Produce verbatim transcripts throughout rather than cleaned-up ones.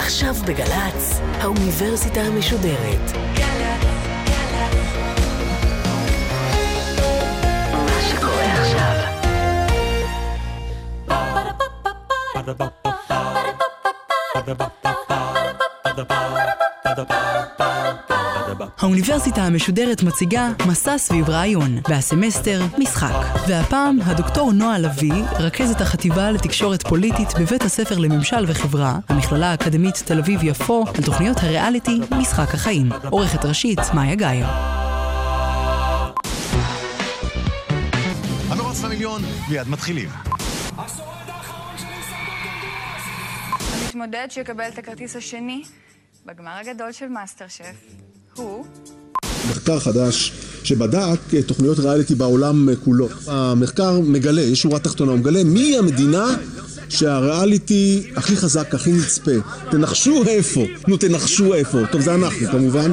עכשיו בגלץ, האוניברסיטה המשודרת. מה שקורה עכשיו. האוניברסיטה המשודרת מציגה מסע סביב רעיון, והסמסטר משחק. והפעם הדוקטור נועה לביא, רכזת החטיבה לתקשורת פוליטית בבית הספר לממשל וחברה, המכללה האקדמית תל אביב יפו, על תוכניות הריאליטי משחק החיים. עורכת ראשית מאיה גייר. המרוץ למיליון, מיד מתחילים. המתמודד שיקבל את הכרטיס השני בגמר הגדול של מאסטר שף הוא מחקר חדש שבדק תוכניות ריאליטי בעולם כולו. המחקר מגלה, יש שורה תחתונה, הוא מגלה מי המדינה שהריאליטי הכי חזק, הכי נצפה. תנחשו איפה. נו, תנחשו איפה. טוב, זה אנחנו כמובן.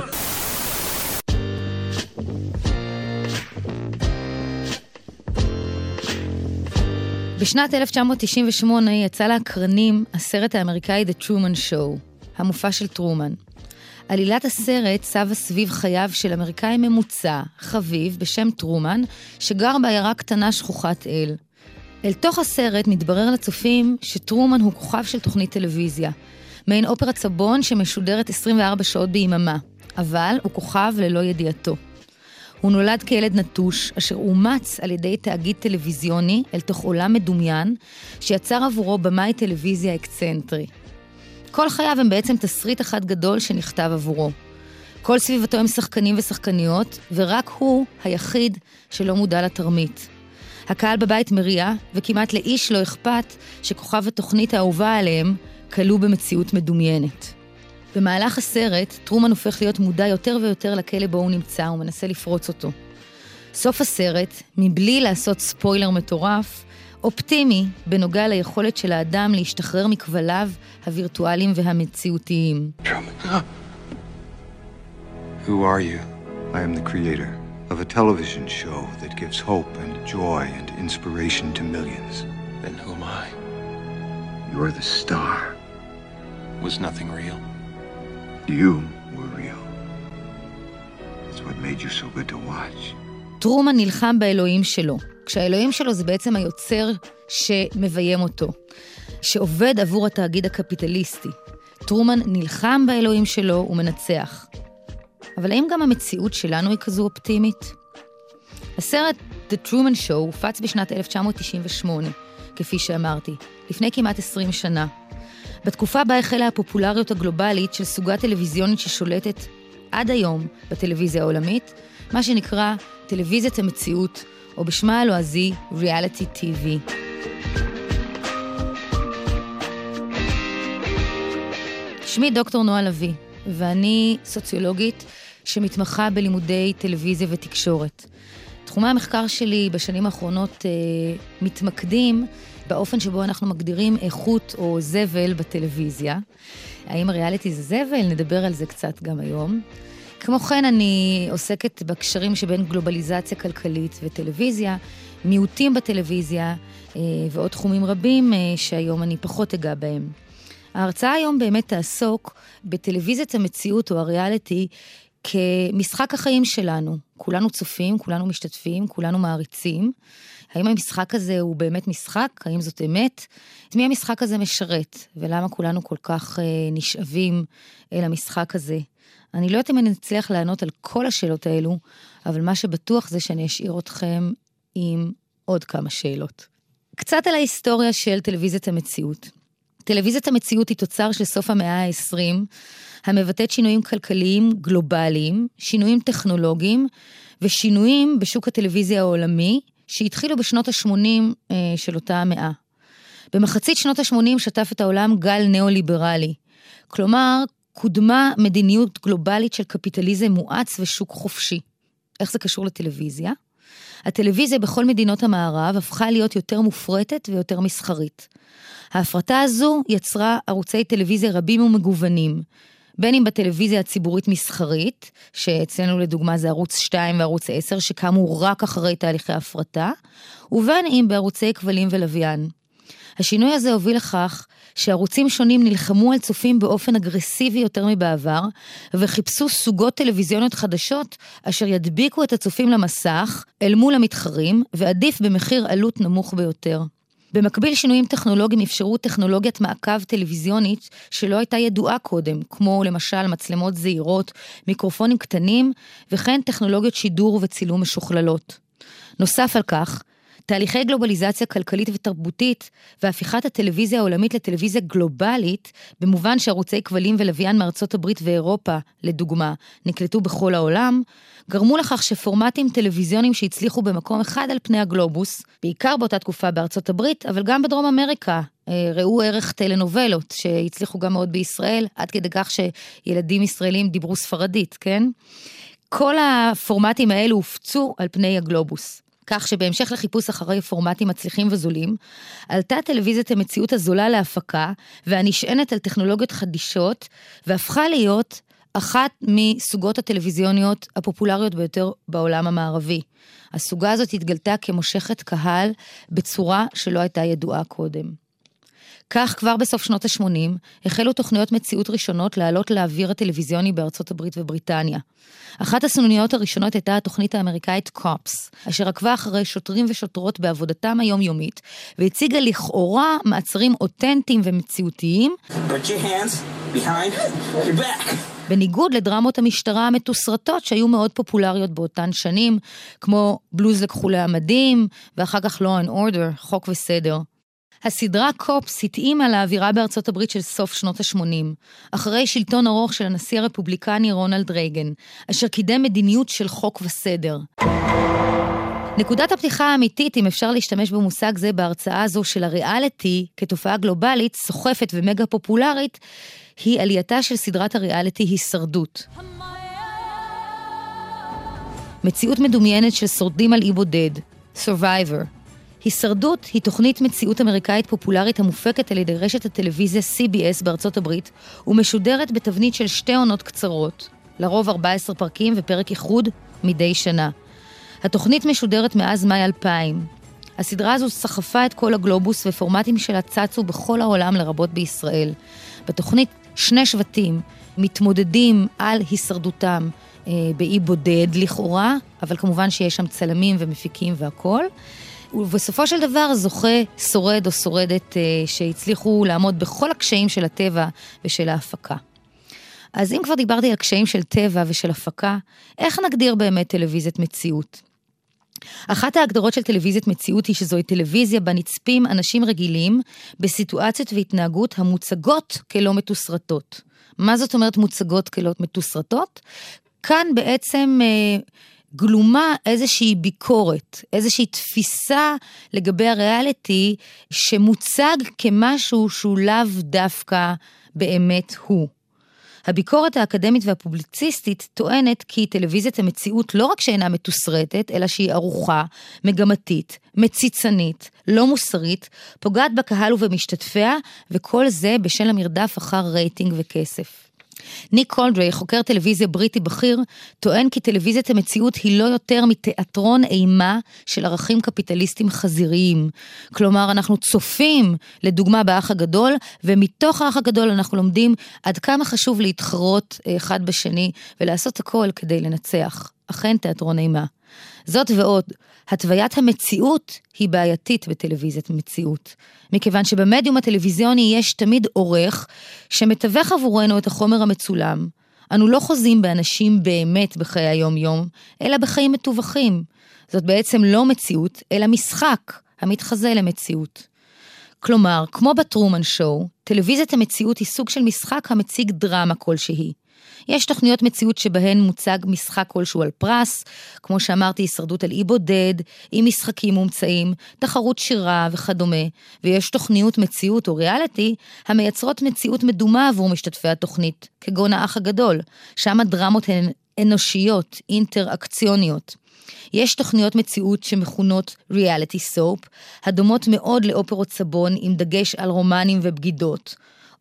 בשנת אלף תשע מאות תשעים ושמונה יצא לאקרנים הסרט האמריקאי The Truman Show, המופע של טרומן. עלילת הסרט סבה סביב חייו של אמריקאי ממוצע, חביב, בשם טרומן, שגר בעיירה קטנה שכוחת אל. אל תוך הסרט מתברר לצופים שטרומן הוא כוכב של תוכנית טלוויזיה, מעין אופרת סבון שמשודרת עשרים וארבע שעות ביממה, אבל הוא כוכב ללא ידיעתו. הוא נולד כילד נטוש, אשר אומץ על ידי תאגיד טלוויזיוני אל תוך עולם מדומיין, שיצר עבורו במאי טלוויזיה אקצנטרי. כל חייו הם בעצם תסריט אחד גדול שנכתב עבורו. כל סביבתו הם שחקנים ושחקניות, ורק הוא היחיד שלא מודע לתרמית. הקהל בבית מריע, וכמעט לאיש לא אכפת שכוכב התוכנית האהובה עליהם כלוא במציאות מדומיינת. במהלך הסרט, טרומן הופך להיות מודע יותר ויותר לכלא בו הוא נמצא ומנסה לפרוץ אותו. סוף הסרט, מבלי לעשות ספוילר מטורף, אופטימי בנוגע ליכולת של האדם להשתחרר מכבליו הווירטואליים והמציאותיים. Truman. Who are you? I am the creator of a television show that gives hope and joy and inspiration to millions. Then who am I? You are the star. Was nothing real? You were real. That's what made you so good to watch. טרומן נלחם באלוהים שלו. כשהאלוהים שלו זה בעצם היוצר שמביים אותו, שעובד עבור התאגיד הקפיטליסטי. טרומן נלחם באלוהים שלו ומנצח. אבל האם גם המציאות שלנו היא כזו אופטימית? הסרט The Truman Show הופץ בשנת אלף תשע מאות תשעים ושמונה, כפי שאמרתי, לפני כמעט עשרים שנה. בתקופה בה החלה הפופולריות הגלובלית של סוגה טלוויזיונית ששולטת עד היום בטלוויזיה העולמית, מה שנקרא טלוויזיית המציאות, או בשמה הלועזי ריאליטי טי וי. שמי דוקטור נועה לביא, ואני סוציולוגית שמתמחה בלימודי טלוויזיה ותקשורת. תחומי המחקר שלי בשנים האחרונות אה, מתמקדים באופן שבו אנחנו מגדירים איכות או זבל בטלוויזיה. האם הריאליטי זה זבל? נדבר על זה קצת גם היום. כמו כן, אני עוסקת בקשרים שבין גלובליזציה כלכלית וטלוויזיה, מיעוטים בטלוויזיה ועוד תחומים רבים שהיום אני פחות אגע בהם. ההרצאה היום באמת תעסוק בטלוויזיית המציאות או הריאליטי כמשחק החיים שלנו. כולנו צופים, כולנו משתתפים, כולנו מעריצים. האם המשחק הזה הוא באמת משחק? האם זאת אמת? את מי המשחק הזה משרת? ולמה כולנו כל כך נשאבים אל המשחק הזה? אני לא יודעת אם אני נצליח לענות על כל השאלות האלו, אבל מה שבטוח זה שאני אשאיר אתכם עם עוד כמה שאלות. קצת על ההיסטוריה של טלוויזיית המציאות. טלוויזיית המציאות היא תוצר של סוף המאה ה-עשרים, המבטאת שינויים כלכליים גלובליים, שינויים טכנולוגיים, ושינויים בשוק הטלוויזיה העולמי, שהתחילו בשנות ה-שמונים אה, של אותה המאה. במחצית שנות ה-שמונים שטף את העולם גל ניאו-ליברלי. כלומר, קודמה מדיניות גלובלית של קפיטליזם מואץ ושוק חופשי. איך זה קשור לטלוויזיה? הטלוויזיה בכל מדינות המערב הפכה להיות יותר מופרטת ויותר מסחרית. ההפרטה הזו יצרה ערוצי טלוויזיה רבים ומגוונים, בין אם בטלוויזיה הציבורית מסחרית, שאצלנו לדוגמה זה ערוץ שתיים וערוץ עשר, שקמו רק אחרי תהליכי הפרטה, ובין אם בערוצי כבלים ולוויין. השינוי הזה הוביל לכך שערוצים שונים נלחמו על צופים באופן אגרסיבי יותר מבעבר, וחיפשו סוגות טלוויזיוניות חדשות, אשר ידביקו את הצופים למסך, אל מול המתחרים, ועדיף במחיר עלות נמוך ביותר. במקביל שינויים טכנולוגיים אפשרו טכנולוגיית מעקב טלוויזיונית שלא הייתה ידועה קודם, כמו למשל מצלמות זעירות, מיקרופונים קטנים, וכן טכנולוגיות שידור וצילום משוכללות. נוסף על כך, תהליכי גלובליזציה כלכלית ותרבותית והפיכת הטלוויזיה העולמית לטלוויזיה גלובלית, במובן שערוצי כבלים ולוויין מארצות הברית ואירופה, לדוגמה, נקלטו בכל העולם, גרמו לכך שפורמטים טלוויזיונים שהצליחו במקום אחד על פני הגלובוס, בעיקר באותה תקופה בארצות הברית, אבל גם בדרום אמריקה, ראו ערך טלנובלות שהצליחו גם מאוד בישראל, עד כדי כך שילדים ישראלים דיברו ספרדית, כן? כל הפורמטים האלו הופצו על פני הגלובוס. כך שבהמשך לחיפוש אחרי פורמטים מצליחים וזולים, עלתה טלוויזיית המציאות הזולה להפקה, והנשענת על טכנולוגיות חדישות, והפכה להיות אחת מסוגות הטלוויזיוניות הפופולריות ביותר בעולם המערבי. הסוגה הזאת התגלתה כמושכת קהל בצורה שלא הייתה ידועה קודם. כך כבר בסוף שנות ה-שמונים החלו תוכניות מציאות ראשונות לעלות לאוויר הטלוויזיוני בארצות הברית ובריטניה. אחת הסנוניות הראשונות הייתה התוכנית האמריקאית קופס, אשר עקבה אחרי שוטרים ושוטרות בעבודתם היומיומית, והציגה לכאורה מעצרים אותנטיים ומציאותיים, בניגוד לדרמות המשטרה המתוסרטות שהיו מאוד פופולריות באותן שנים, כמו בלוז לכחולי המדים, ואחר כך Law and Order, חוק וסדר. הסדרה קופס התאימה לאווירה בארצות הברית של סוף שנות ה-שמונים, אחרי שלטון ארוך של הנשיא הרפובליקני רונלד רייגן, אשר קידם מדיניות של חוק וסדר. נקודת הפתיחה האמיתית, אם אפשר להשתמש במושג זה בהרצאה הזו של הריאליטי, כתופעה גלובלית, סוחפת ומגה פופולרית, היא עלייתה של סדרת הריאליטי הישרדות. מציאות מדומיינת של שורדים על אי בודד, Survivor. הישרדות היא תוכנית מציאות אמריקאית פופולרית המופקת על ידי רשת הטלוויזיה סי בי אס בארצות הברית, ומשודרת בתבנית של שתי עונות קצרות, לרוב ארבעה עשר פרקים ופרק איחוד מדי שנה. התוכנית משודרת מאז מאי אלפיים. הסדרה הזו סחפה את כל הגלובוס ופורמטים שלה צצו בכל העולם לרבות בישראל. בתוכנית שני שבטים מתמודדים על הישרדותם אה, באי בודד לכאורה, אבל כמובן שיש שם צלמים ומפיקים והכל. ובסופו של דבר זוכה שורד או שורדת אה, שהצליחו לעמוד בכל הקשיים של הטבע ושל ההפקה. אז אם כבר דיברתי על קשיים של טבע ושל הפקה, איך נגדיר באמת טלוויזיית מציאות? אחת ההגדרות של טלוויזיית מציאות היא שזוהי טלוויזיה בה נצפים אנשים רגילים בסיטואציות והתנהגות המוצגות כלא מתוסרטות. מה זאת אומרת מוצגות כלא מתוסרטות? כאן בעצם אה, גלומה איזושהי ביקורת, איזושהי תפיסה לגבי הריאליטי שמוצג כמשהו שהוא לאו דווקא באמת הוא. הביקורת האקדמית והפובליציסטית טוענת כי טלוויזיית המציאות לא רק שאינה מתוסרטת, אלא שהיא ערוכה, מגמתית, מציצנית, לא מוסרית, פוגעת בקהל ובמשתתפיה, וכל זה בשל המרדף אחר רייטינג וכסף. ניק קולדריי, חוקר טלוויזיה בריטי בכיר, טוען כי טלוויזיית המציאות היא לא יותר מתיאטרון אימה של ערכים קפיטליסטיים חזיריים. כלומר, אנחנו צופים, לדוגמה, באח הגדול, ומתוך האח הגדול אנחנו לומדים עד כמה חשוב להתחרות אחד בשני, ולעשות הכל כדי לנצח. אכן תיאטרון אימה. זאת ועוד, התוויית המציאות היא בעייתית בטלוויזיית מציאות, מכיוון שבמדיום הטלוויזיוני יש תמיד עורך שמתווך עבורנו את החומר המצולם. אנו לא חוזים באנשים באמת בחיי היום-יום, אלא בחיים מתווכים. זאת בעצם לא מציאות, אלא משחק המתחזה למציאות. כלומר, כמו בטרומן שואו, טלוויזיית המציאות היא סוג של משחק המציג דרמה כלשהי. יש תוכניות מציאות שבהן מוצג משחק כלשהו על פרס, כמו שאמרתי, הישרדות על אי בודד, עם משחקים מומצאים, תחרות שירה וכדומה, ויש תוכניות מציאות או ריאליטי, המייצרות מציאות מדומה עבור משתתפי התוכנית, כגון האח הגדול, שם הדרמות הן אנושיות, אינטראקציוניות. יש תוכניות מציאות שמכונות ריאליטי סופ, הדומות מאוד לאופרות סבון עם דגש על רומנים ובגידות,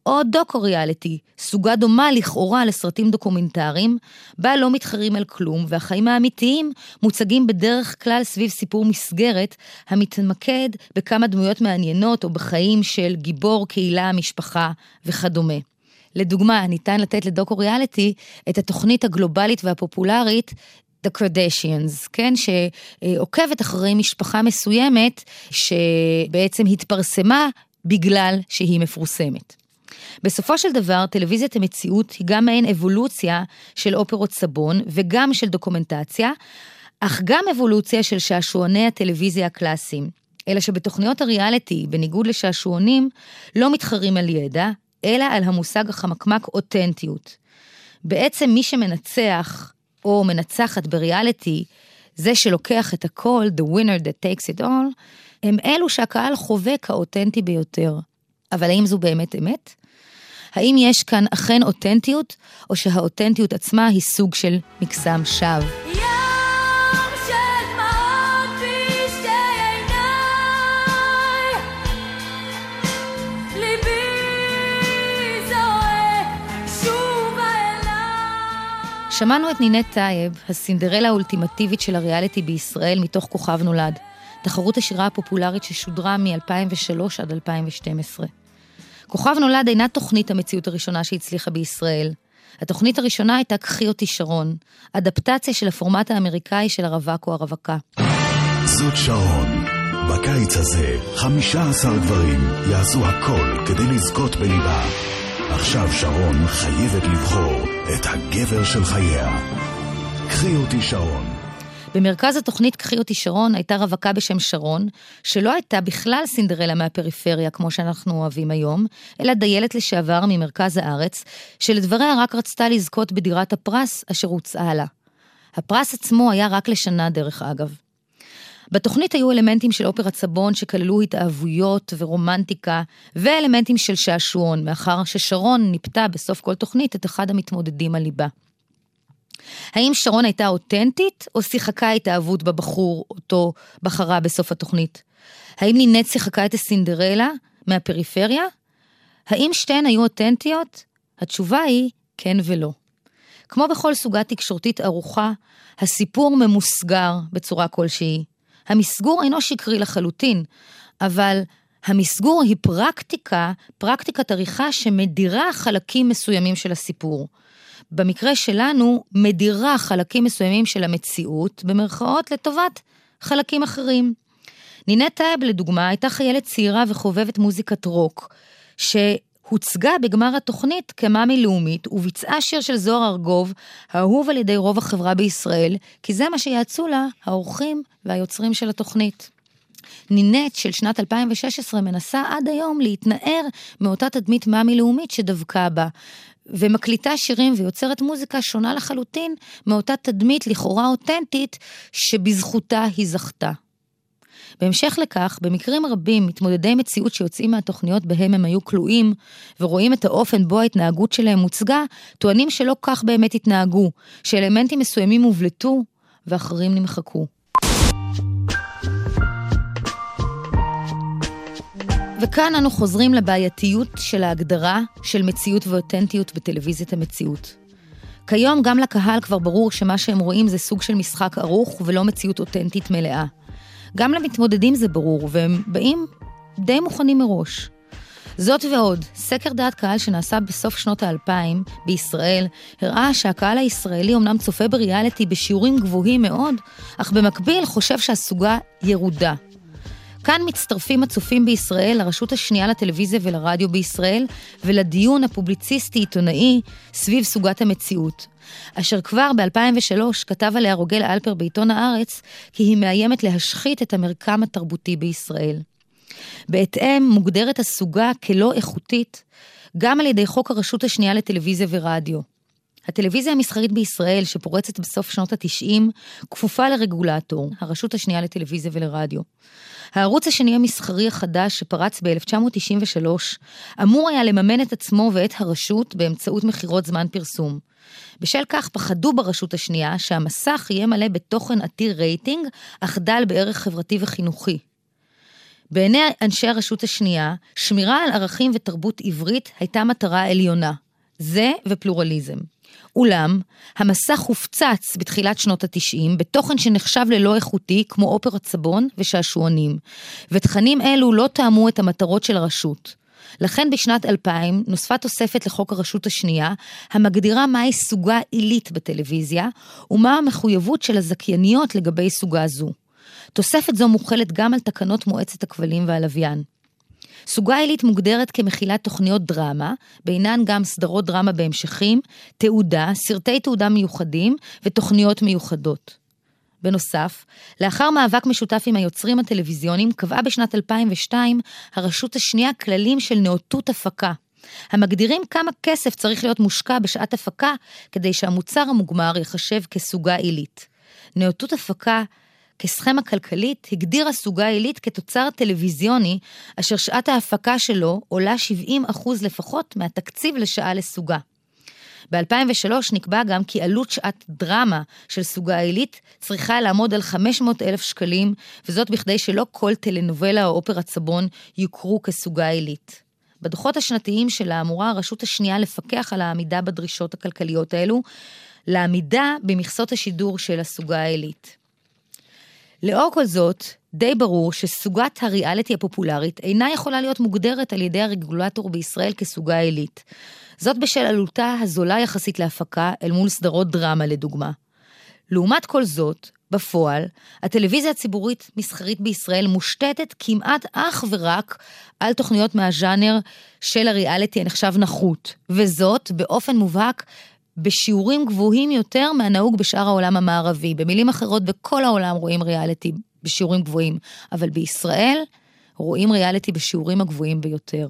או דוקו-ריאליטי, סוגה דומה לכאורה לסרטים דוקומנטריים, בה לא מתחרים על כלום, והחיים האמיתיים מוצגים בדרך כלל סביב סיפור מסגרת, המתמקד בכמה דמויות מעניינות, או בחיים של גיבור, קהילה, משפחה וכדומה. לדוגמה, ניתן לתת לדוקו-ריאליטי את התוכנית הגלובלית והפופולרית, The Kardashians, כן, שעוקבת אחרי משפחה מסוימת, שבעצם התפרסמה בגלל שהיא מפורסמת. בסופו של דבר, טלוויזיית המציאות היא גם מעין אבולוציה של אופרות סבון, וגם של דוקומנטציה, אך גם אבולוציה של שעשועוני הטלוויזיה הקלאסיים. אלא שבתוכניות הריאליטי, בניגוד לשעשועונים, לא מתחרים על ידע, אלא על המושג החמקמק אותנטיות. בעצם מי שמנצח או מנצחת בריאליטי, זה שלוקח את הכל, the winner that takes it all, הם אלו שהקהל חווה כאותנטי ביותר. אבל האם זו באמת אמת? האם יש כאן אכן אותנטיות, או שהאותנטיות עצמה היא סוג של מקסם שווא? שמענו את נינת טייב, הסינדרלה האולטימטיבית של הריאליטי בישראל מתוך כוכב נולד, תחרות השירה הפופולרית ששודרה מ-אלפיים ושלוש עד אלפיים ושתים עשרה. כוכב נולד אינה תוכנית המציאות הראשונה שהצליחה בישראל. התוכנית הראשונה הייתה קחי אותי שרון, אדפטציה של הפורמט האמריקאי של הרווק או הרווקה. זאת שרון. בקיץ הזה, חמישה עשר גברים יעשו הכל כדי לזכות בליבה. עכשיו שרון חייבת לבחור את הגבר של חייה. קחי אותי שרון. במרכז התוכנית קחי אותי שרון הייתה רווקה בשם שרון, שלא הייתה בכלל סינדרלה מהפריפריה כמו שאנחנו אוהבים היום, אלא דיילת לשעבר ממרכז הארץ, שלדבריה רק רצתה לזכות בדירת הפרס אשר הוצעה לה. הפרס עצמו היה רק לשנה דרך אגב. בתוכנית היו אלמנטים של אופרת סבון שכללו התאהבויות ורומנטיקה, ואלמנטים של שעשועון, מאחר ששרון ניפתה בסוף כל תוכנית את אחד המתמודדים על ליבה. האם שרון הייתה אותנטית, או שיחקה התאהבות בבחור אותו בחרה בסוף התוכנית? האם נינת שיחקה את הסינדרלה מהפריפריה? האם שתיהן היו אותנטיות? התשובה היא כן ולא. כמו בכל סוגה תקשורתית ארוחה, הסיפור ממוסגר בצורה כלשהי. המסגור אינו שקרי לחלוטין, אבל המסגור היא פרקטיקה, פרקטיקת עריכה שמדירה חלקים מסוימים של הסיפור. במקרה שלנו, מדירה חלקים מסוימים של המציאות, במרכאות לטובת חלקים אחרים. נינת טייב, לדוגמה, הייתה חיילת צעירה וחובבת מוזיקת רוק, שהוצגה בגמר התוכנית כמאמי לאומית, וביצעה שיר של זוהר ארגוב, האהוב על ידי רוב החברה בישראל, כי זה מה שיעצו לה האורחים והיוצרים של התוכנית. נינת של שנת אלפיים ושש עשרה מנסה עד היום להתנער מאותה תדמית מאמי לאומית שדבקה בה, ומקליטה שירים ויוצרת מוזיקה שונה לחלוטין מאותה תדמית לכאורה אותנטית שבזכותה היא זכתה. בהמשך לכך, במקרים רבים מתמודדי מציאות שיוצאים מהתוכניות בהם הם היו כלואים ורואים את האופן בו ההתנהגות שלהם מוצגה, טוענים שלא כך באמת התנהגו, שאלמנטים מסוימים הובלטו ואחרים נמחקו. וכאן אנו חוזרים לבעייתיות של ההגדרה של מציאות ואותנטיות בטלוויזיית המציאות. כיום גם לקהל כבר ברור שמה שהם רואים זה סוג של משחק ארוך ולא מציאות אותנטית מלאה. גם למתמודדים זה ברור, והם באים די מוכנים מראש. זאת ועוד, סקר דעת קהל שנעשה בסוף שנות האלפיים בישראל, הראה שהקהל הישראלי אומנם צופה בריאליטי בשיעורים גבוהים מאוד, אך במקביל חושב שהסוגה ירודה. כאן מצטרפים הצופים בישראל לרשות השנייה לטלוויזיה ולרדיו בישראל, ולדיון הפובליציסטי-עיתונאי סביב סוגת המציאות, אשר כבר ב-אלפיים ושלוש כתב עליה רוגל אלפר בעיתון הארץ, כי היא מאיימת להשחית את המרקם התרבותי בישראל. בהתאם מוגדרת הסוגה כלא איכותית, גם על ידי חוק הרשות השנייה לטלוויזיה ורדיו. הטלוויזיה המסחרית בישראל, שפורצת בסוף שנות ה-תשעים, כפופה לרגולטור, הרשות השנייה לטלוויזיה ולרדיו. הערוץ השני המסחרי החדש שפרץ ב-אלף תשע מאות תשעים ושלוש, אמור היה לממן את עצמו ואת הרשות באמצעות מחירות זמן פרסום. בשל כך פחדו ברשות השנייה שהמסך יהיה מלא בתוכן עתיר רייטינג, אך דל בערך חברתי וחינוכי. בעיני אנשי הרשות השנייה, שמירה על ערכים ותרבות עברית הייתה מטרה עליונה. זה ופלורליזם. אולם, המסך הופצץ בתחילת שנות התשעים, בתוכן שנחשב ללא איכותי, כמו אופרת סבון ושעשועונים, ותכנים אלו לא תאמו את המטרות של הרשות. לכן בשנת אלפיים נוספה תוספת לחוק הרשות השנייה, המגדירה מהי סוגה עילית בטלוויזיה, ומה המחויבות של הזכייניות לגבי סוגה זו. תוספת זו מוחלת גם על תקנות מועצת הכבלים והלוויין. סוגה עילית מוגדרת כמכילת תוכניות דרמה, בעינן גם סדרות דרמה בהמשכים, תעודה, סרטי תעודה מיוחדים ותוכניות מיוחדות. בנוסף, לאחר מאבק משותף עם היוצרים הטלוויזיונים, קבעה בשנת אלפיים ושתיים הרשות השנייה כללים של נאותות הפקה, המגדירים כמה כסף צריך להיות מושקע בשעת הפקה, כדי שהמוצר המוגמר יחשב כסוגה עילית. נאותות הפקה כסכמה כלכלית הגדירה סוגה עילית כתוצר טלוויזיוני, אשר שעת ההפקה שלו עולה שבעים אחוז לפחות מהתקציב לשעה לסוגה. ב-אלפיים ושלוש נקבע גם כי עלות שעת דרמה של סוגה עילית צריכה לעמוד על חמש מאות אלף שקלים, וזאת בכדי שלא כל טלנובלה או אופרת סבון יוכרו כסוגה עילית. בדוחות השנתיים שלה אמורה הרשות השנייה לפקח על העמידה בדרישות הכלכליות האלו, לעמידה במכסות השידור של הסוגה העילית. לאור כל זאת, די ברור שסוגת הריאליטי הפופולרית אינה יכולה להיות מוגדרת על ידי הרגולטור בישראל כסוגה עילית. זאת בשל עלותה הזולה יחסית להפקה אל מול סדרות דרמה לדוגמה. לעומת כל זאת, בפועל, הטלוויזיה הציבורית מסחרית בישראל מושתתת כמעט אך ורק על תוכניות מהז'אנר של הריאליטי הנחשב נחות, וזאת באופן מובהק בשיעורים גבוהים יותר מהנהוג בשאר העולם המערבי. במילים אחרות, בכל העולם רואים ריאליטי בשיעורים גבוהים, אבל בישראל רואים ריאליטי בשיעורים הגבוהים ביותר.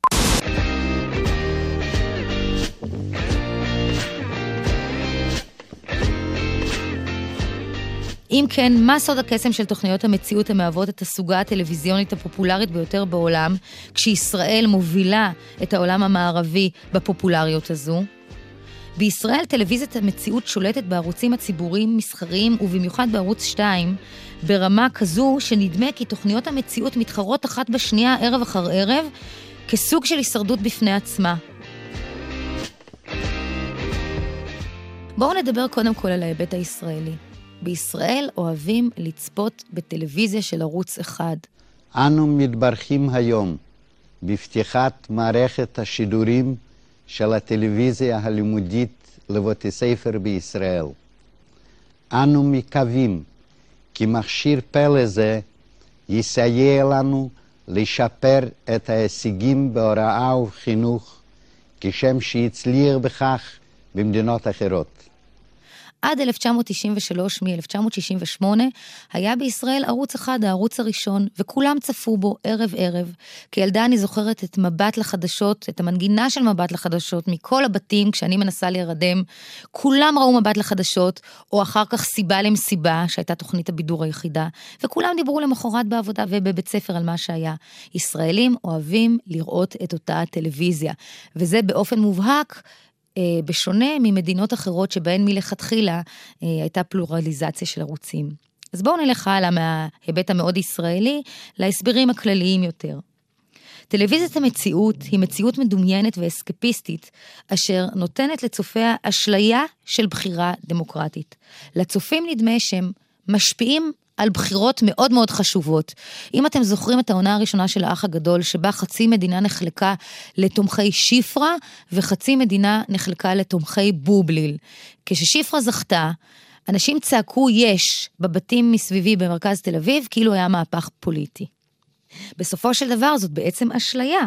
אם כן, מה סוד הקסם של תוכניות המציאות המהוות את הסוגה הטלוויזיונית הפופולרית ביותר בעולם, כשישראל מובילה את העולם המערבי בפופולריות הזו? בישראל טלוויזיית המציאות שולטת בערוצים הציבוריים מסחריים, ובמיוחד בערוץ שתיים, ברמה כזו שנדמה כי תוכניות המציאות מתחרות אחת בשנייה ערב אחר ערב, כסוג של הישרדות בפני עצמה. בואו נדבר קודם כל על ההיבט הישראלי. בישראל אוהבים לצפות בטלוויזיה של ערוץ אחד. אנו מתברכים היום בפתיחת מערכת השידורים של הטלוויזיה הלימודית לבתי ספר בישראל. אנו מקווים כי מכשיר פלא זה יסייע לנו לשפר את ההישגים בהוראה ובחינוך, כשם שהצליח בכך במדינות אחרות. עד אלף תשע מאות תשעים ושלוש, מ-אלף תשע מאות שישים ושמונה, היה בישראל ערוץ אחד, הערוץ הראשון, וכולם צפו בו ערב ערב. כילדה אני זוכרת את מבט לחדשות, את המנגינה של מבט לחדשות, מכל הבתים, כשאני מנסה להירדם, כולם ראו מבט לחדשות, או אחר כך סיבה למסיבה, שהייתה תוכנית הבידור היחידה, וכולם דיברו למחרת בעבודה ובבית ספר על מה שהיה. ישראלים אוהבים לראות את אותה טלוויזיה, וזה באופן מובהק, בשונה ממדינות אחרות שבהן מלכתחילה הייתה פלורליזציה של ערוצים. אז בואו נלך הלאה מההיבט המאוד ישראלי להסברים הכלליים יותר. טלוויזיית המציאות היא מציאות מדומיינת ואסקפיסטית, אשר נותנת לצופיה אשליה של בחירה דמוקרטית. לצופים נדמה שהם משפיעים על בחירות מאוד מאוד חשובות. אם אתם זוכרים את העונה הראשונה של האח הגדול, שבה חצי מדינה נחלקה לתומכי שיפרה, וחצי מדינה נחלקה לתומכי בובליל. כששיפרה זכתה, אנשים צעקו יש בבתים מסביבי במרכז תל אביב, כאילו היה מהפך פוליטי. בסופו של דבר זאת בעצם אשליה,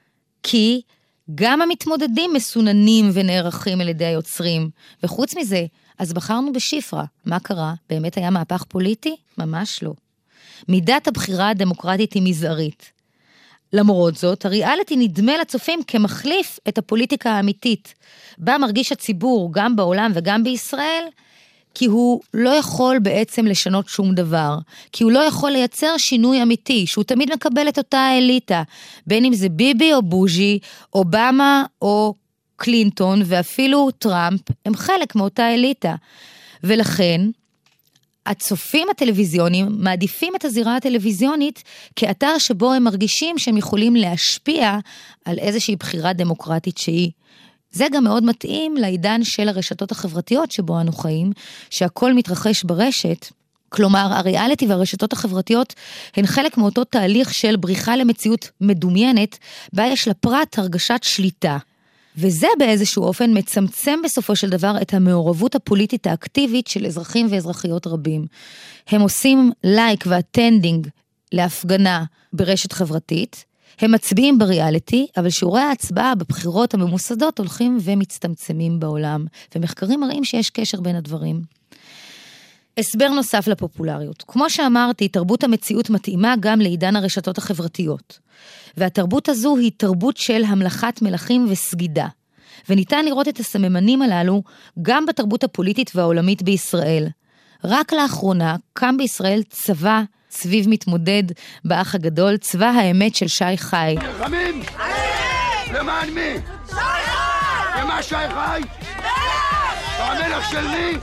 כי גם המתמודדים מסוננים ונערכים על ידי היוצרים, וחוץ מזה, אז בחרנו בשיפרה. מה קרה? באמת היה מהפך פוליטי? ממש לא. מידת הבחירה הדמוקרטית היא מזערית. למרות זאת, הריאליטי נדמה לצופים כמחליף את הפוליטיקה האמיתית, בה מרגיש הציבור, גם בעולם וגם בישראל, כי הוא לא יכול בעצם לשנות שום דבר, כי הוא לא יכול לייצר שינוי אמיתי, שהוא תמיד מקבל את אותה האליטה, בין אם זה ביבי או בוז'י, אובמה או קלינטון, ואפילו טראמפ, הם חלק מאותה אליטה. ולכן, הצופים הטלוויזיונים מעדיפים את הזירה הטלוויזיונית כאתר שבו הם מרגישים שהם יכולים להשפיע על איזושהי בחירה דמוקרטית שהיא. זה גם מאוד מתאים לעידן של הרשתות החברתיות שבו אנו חיים, שהכל מתרחש ברשת. כלומר, הריאליטי והרשתות החברתיות הן חלק מאותו תהליך של בריחה למציאות מדומיינת, בה יש לפרט הרגשת שליטה. וזה באיזשהו אופן מצמצם בסופו של דבר את המעורבות הפוליטית האקטיבית של אזרחים ואזרחיות רבים. הם עושים לייק והטנדינג להפגנה ברשת חברתית, הם מצביעים בריאליטי, אבל שיעורי ההצבעה בבחירות הממוסדות הולכים ומצטמצמים בעולם, ומחקרים מראים שיש קשר בין הדברים. הסבר נוסף לפופולריות. כמו שאמרתי, תרבות המציאות מתאימה גם לעידן הרשתות החברתיות. והתרבות הזו היא תרבות של המלכת מלכים וסגידה. וניתן לראות את הסממנים הללו גם בתרבות הפוליטית והעולמית בישראל. רק לאחרונה קם בישראל צבא סביב מתמודד באח הגדול, צבא האמת של שי חי. רמים! למען מי? שי חי! ומה שי חי? המלך של מי?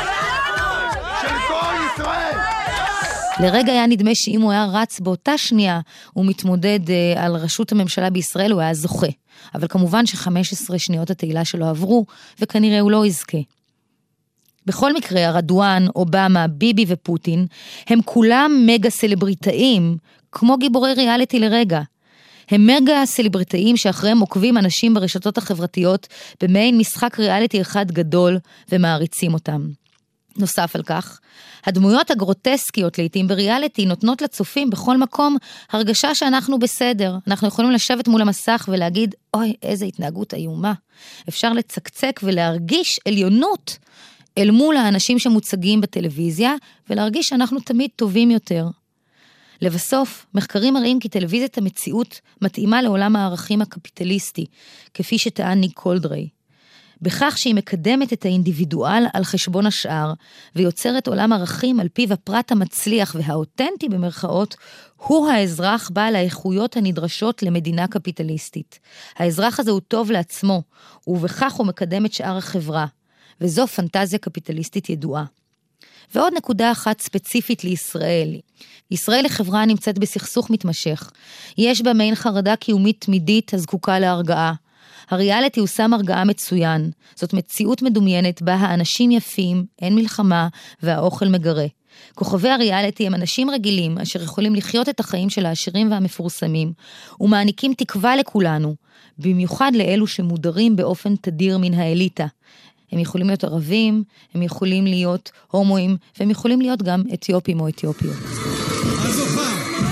של כל ישראל! לרגע היה נדמה שאם הוא היה רץ באותה שנייה, הוא מתמודד uh, על ראשות הממשלה בישראל, הוא היה זוכה. אבל כמובן ש-חמש עשרה שניות התהילה שלו עברו, וכנראה הוא לא יזכה. בכל מקרה, ארדואן, אובמה, ביבי ופוטין, הם כולם מגה סלבריטאים, כמו גיבורי ריאליטי לרגע. הם מגה סלבריטאים שאחריהם עוקבים אנשים ברשתות החברתיות, במעין משחק ריאליטי אחד גדול, ומעריצים אותם. נוסף על כך, הדמויות הגרוטסקיות לעתים בריאליטי נותנות לצופים בכל מקום הרגשה שאנחנו בסדר. אנחנו יכולים לשבת מול המסך ולהגיד, אוי, איזה התנהגות איומה. אפשר לצקצק ולהרגיש עליונות אל מול האנשים שמוצגים בטלוויזיה, ולהרגיש שאנחנו תמיד טובים יותר. לבסוף, מחקרים מראים כי טלוויזיית המציאות מתאימה לעולם הערכים הקפיטליסטי, כפי שטען ניק קולדריי. בכך שהיא מקדמת את האינדיבידואל על חשבון השאר, ויוצרת עולם ערכים על פיו הפרט המצליח והאותנטי במרכאות, הוא האזרח בעל האיכויות הנדרשות למדינה קפיטליסטית. האזרח הזה הוא טוב לעצמו, ובכך הוא מקדם את שאר החברה, וזו פנטזיה קפיטליסטית ידועה. ועוד נקודה אחת ספציפית לישראל. ישראל היא חברה נמצאת בסכסוך מתמשך. יש בה מעין חרדה קיומית תמידית הזקוקה להרגעה. הריאליטי הוא שם הרגעה מצוין. זאת מציאות מדומיינת בה האנשים יפים, אין מלחמה והאוכל מגרה. כוכבי הריאליטי הם אנשים רגילים אשר יכולים לחיות את החיים של העשירים והמפורסמים ומעניקים תקווה לכולנו, במיוחד לאלו שמודרים באופן תדיר מן האליטה. הם יכולים להיות ערבים, הם יכולים להיות הומואים, והם יכולים להיות גם אתיופים או אתיופיות. הזוכה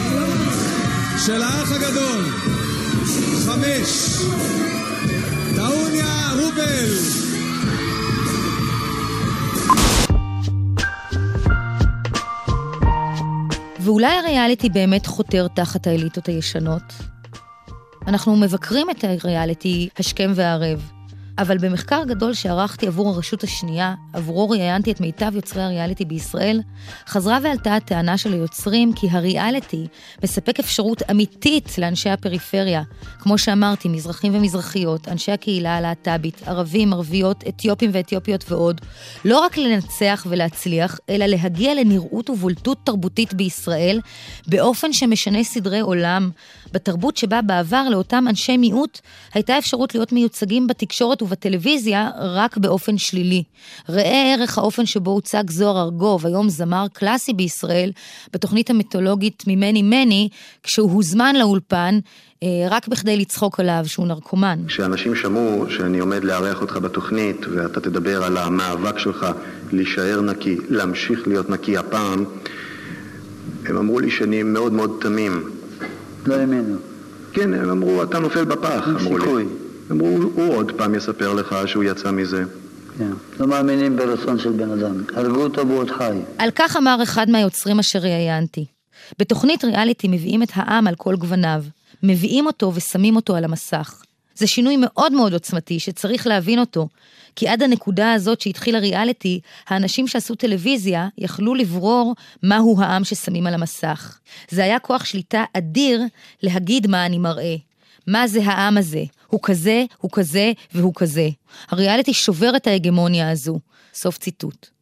של האח הגדול, חמש, טאוניה רובל. ואולי הריאליטי באמת חותר תחת האליטות הישנות. אנחנו מבקרים את הריאליטי השכם והערב. אבל במחקר גדול שערכתי עבור הרשות השנייה, עבורו ראיינתי את מיטב יוצרי הריאליטי בישראל, חזרה ועלתה הטענה של היוצרים כי הריאליטי מספק אפשרות אמיתית לאנשי הפריפריה, כמו שאמרתי, מזרחים ומזרחיות, אנשי הקהילה הלהט"בית, ערבים, ערביות, אתיופים ואתיופיות ועוד, לא רק לנצח ולהצליח, אלא להגיע לנראות ובולטות תרבותית בישראל, באופן שמשנה סדרי עולם, בתרבות שבה בעבר לאותם אנשי מיעוט, הייתה אפשרות להיות מיוצגים בתקשורת ובטלוויזיה רק באופן שלילי. ראה ערך האופן שבו הוצג זוהר ארגוב, היום זמר קלאסי בישראל, בתוכנית המיתולוגית ממני מני, כשהוא הוזמן לאולפן, רק בכדי לצחוק עליו שהוא נרקומן. כשאנשים שמעו שאני עומד לארח אותך בתוכנית, ואתה תדבר על המאבק שלך להישאר נקי, להמשיך להיות נקי הפעם, הם אמרו לי שאני מאוד מאוד תמים. לא האמינו. כן, הם אמרו, אתה נופל בפח, אמרו לי. אמרו, הוא עוד פעם יספר לך שהוא יצא מזה. כן, לא מאמינים ברצון של בן אדם. הרגו אותו בעוד חי. על כך אמר אחד מהיוצרים אשר ראיינתי. בתוכנית ריאליטי מביאים את העם על כל גווניו, מביאים אותו ושמים אותו על המסך. זה שינוי מאוד מאוד עוצמתי שצריך להבין אותו, כי עד הנקודה הזאת שהתחילה ריאליטי, האנשים שעשו טלוויזיה יכלו לברור מהו העם ששמים על המסך. זה היה כוח שליטה אדיר להגיד מה אני מראה. מה זה העם הזה? הוא כזה, הוא כזה והוא כזה. הריאליטי שובר את ההגמוניה הזו. סוף ציטוט.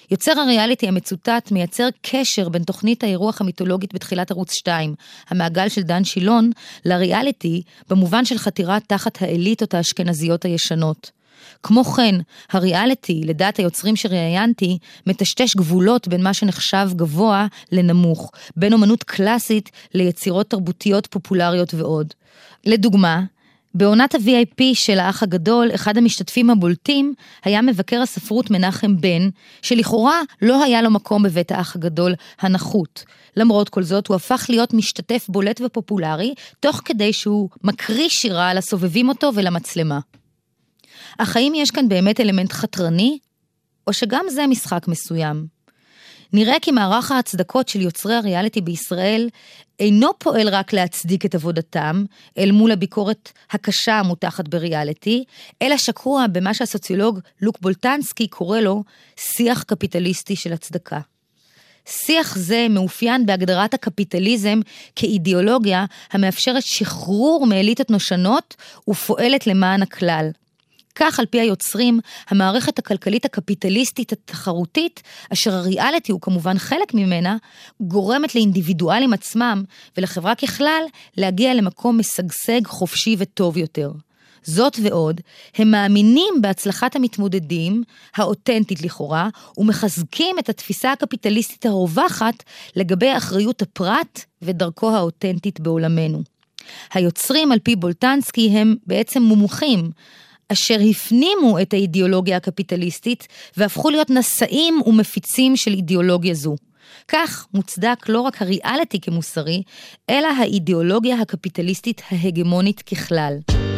יוצר הריאליטי המצוטט מייצר קשר בין תוכנית האירוח המיתולוגית בתחילת ערוץ שתיים, המעגל של דן שילון, לריאליטי במובן של חתירה תחת האליטות האשכנזיות הישנות. כמו כן, הריאליטי, לדעת היוצרים שראיינתי, מטשטש גבולות בין מה שנחשב גבוה לנמוך, בין אומנות קלאסית ליצירות תרבותיות פופולריות ועוד. לדוגמה, בעונת ה-וי איי פי של האח הגדול, אחד המשתתפים הבולטים היה מבקר הספרות מנחם בן, שלכאורה לא היה לו מקום בבית האח הגדול הנחות. למרות כל זאת, הוא הפך להיות משתתף בולט ופופולרי, תוך כדי שהוא מקריא שירה לסובבים אותו ולמצלמה. אך האם יש כאן באמת אלמנט חתרני, או שגם זה משחק מסוים? נראה כי מערך ההצדקות של יוצרי הריאליטי בישראל אינו פועל רק להצדיק את עבודתם, אל מול הביקורת הקשה המותחת בריאליטי, אלא שקוע במה שהסוציולוג לוק בולטנסקי קורא לו שיח קפיטליסטי של הצדקה. שיח זה מאופיין בהגדרת הקפיטליזם כאידיאולוגיה המאפשרת שחרור מאליטות נושנות ופועלת למען הכלל. כך על פי היוצרים, המערכת הכלכלית הקפיטליסטית התחרותית, אשר הריאליטי הוא כמובן חלק ממנה, גורמת לאינדיבידואלים עצמם ולחברה ככלל להגיע למקום משגשג, חופשי וטוב יותר. זאת ועוד, הם מאמינים בהצלחת המתמודדים, האותנטית לכאורה, ומחזקים את התפיסה הקפיטליסטית הרווחת לגבי אחריות הפרט ודרכו האותנטית בעולמנו. היוצרים על פי בולטנסקי הם בעצם מומחים, אשר הפנימו את האידיאולוגיה הקפיטליסטית והפכו להיות נשאים ומפיצים של אידיאולוגיה זו. כך מוצדק לא רק הריאליטי כמוסרי, אלא האידיאולוגיה הקפיטליסטית ההגמונית ככלל.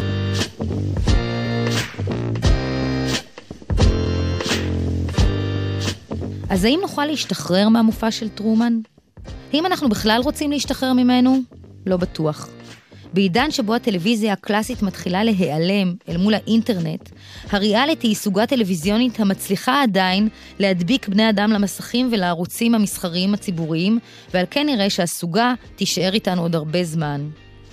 אז האם נוכל להשתחרר מהמופע של טרומן? האם אנחנו בכלל רוצים להשתחרר ממנו? לא בטוח. בעידן שבו הטלוויזיה הקלאסית מתחילה להיעלם אל מול האינטרנט, הריאליטי היא סוגה טלוויזיונית המצליחה עדיין להדביק בני אדם למסכים ולערוצים המסחריים הציבוריים, ועל כן נראה שהסוגה תישאר איתנו עוד הרבה זמן.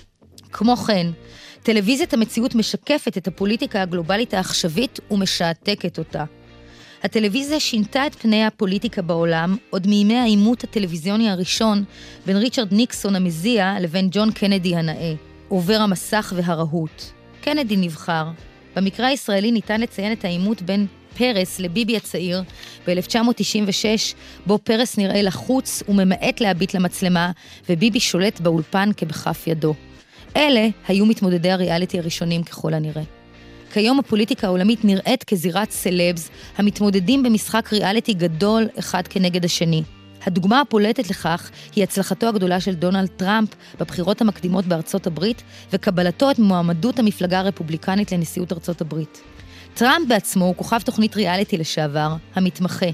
כמו כן, טלוויזיית המציאות משקפת את הפוליטיקה הגלובלית העכשווית ומשעתקת אותה. הטלוויזיה שינתה את פני הפוליטיקה בעולם עוד מימי העימות הטלוויזיוני הראשון בין ריצ'רד ניקסון המזיע לבין ג'ון קנדי הנאה, עובר המסך והרהוט. קנדי נבחר. במקרה הישראלי ניתן לציין את העימות בין פרס לביבי הצעיר ב-אלף תשע מאות תשעים ושש, בו פרס נראה לחוץ וממעט להביט למצלמה, וביבי שולט באולפן כבכף ידו. אלה היו מתמודדי הריאליטי הראשונים ככל הנראה. כיום הפוליטיקה העולמית נראית כזירת סלבס, המתמודדים במשחק ריאליטי גדול אחד כנגד השני. הדוגמה הפולטת לכך היא הצלחתו הגדולה של דונלד טראמפ בבחירות המקדימות בארצות הברית, וקבלתו את מועמדות המפלגה הרפובליקנית לנשיאות ארצות הברית. טראמפ בעצמו הוא כוכב תוכנית ריאליטי לשעבר, המתמחה.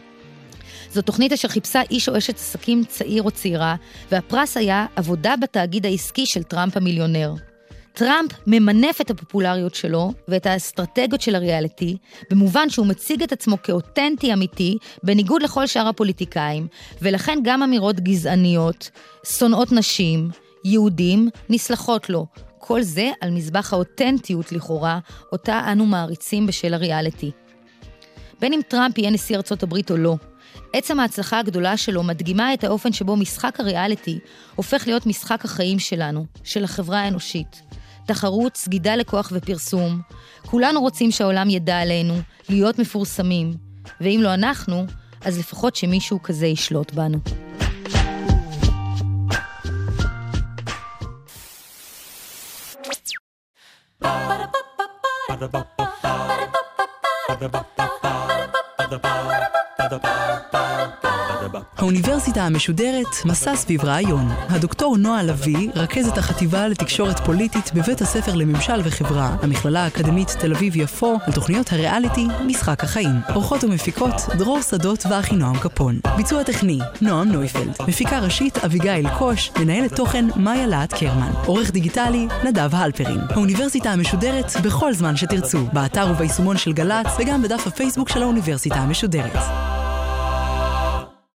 זו תוכנית אשר חיפשה איש או אשת עסקים צעיר או צעירה, והפרס היה עבודה בתאגיד העסקי של טראמפ המיליונר. טראמפ ממנף את הפופולריות שלו ואת האסטרטגיות של הריאליטי, במובן שהוא מציג את עצמו כאותנטי אמיתי, בניגוד לכל שאר הפוליטיקאים, ולכן גם אמירות גזעניות, שונאות נשים, יהודים, נסלחות לו. כל זה על מזבח האותנטיות לכאורה, אותה אנו מעריצים בשל הריאליטי. בין אם טראמפ יהיה נשיא ארצות הברית או לא, עצם ההצלחה הגדולה שלו מדגימה את האופן שבו משחק הריאליטי הופך להיות משחק החיים שלנו, של החברה האנושית. תחרות, סגידה לכוח ופרסום. כולנו רוצים שהעולם ידע עלינו, להיות מפורסמים. ואם לא אנחנו, אז לפחות שמישהו כזה ישלוט בנו. האוניברסיטה המשודרת, מסע סביב רעיון. הדוקטור נועה לביא, רכזת החטיבה לתקשורת פוליטית בבית הספר לממשל וחברה, המכללה האקדמית תל אביב יפו, על תוכניות הריאליטי משחק החיים. עורכות ומפיקות דרור שדות ואחינועם קפון. ביצוע טכני נועם נויפלד. מפיקה ראשית אביגיל קוש, מנהלת תוכן מאיה להט קרמן. עורך דיגיטלי נדב הלפרין. האוניברסיטה המשודרת בכל זמן שתרצו, באתר וביישומון של גל"צ וגם בדף הפייסבוק של האוניברסיטה המשודרת.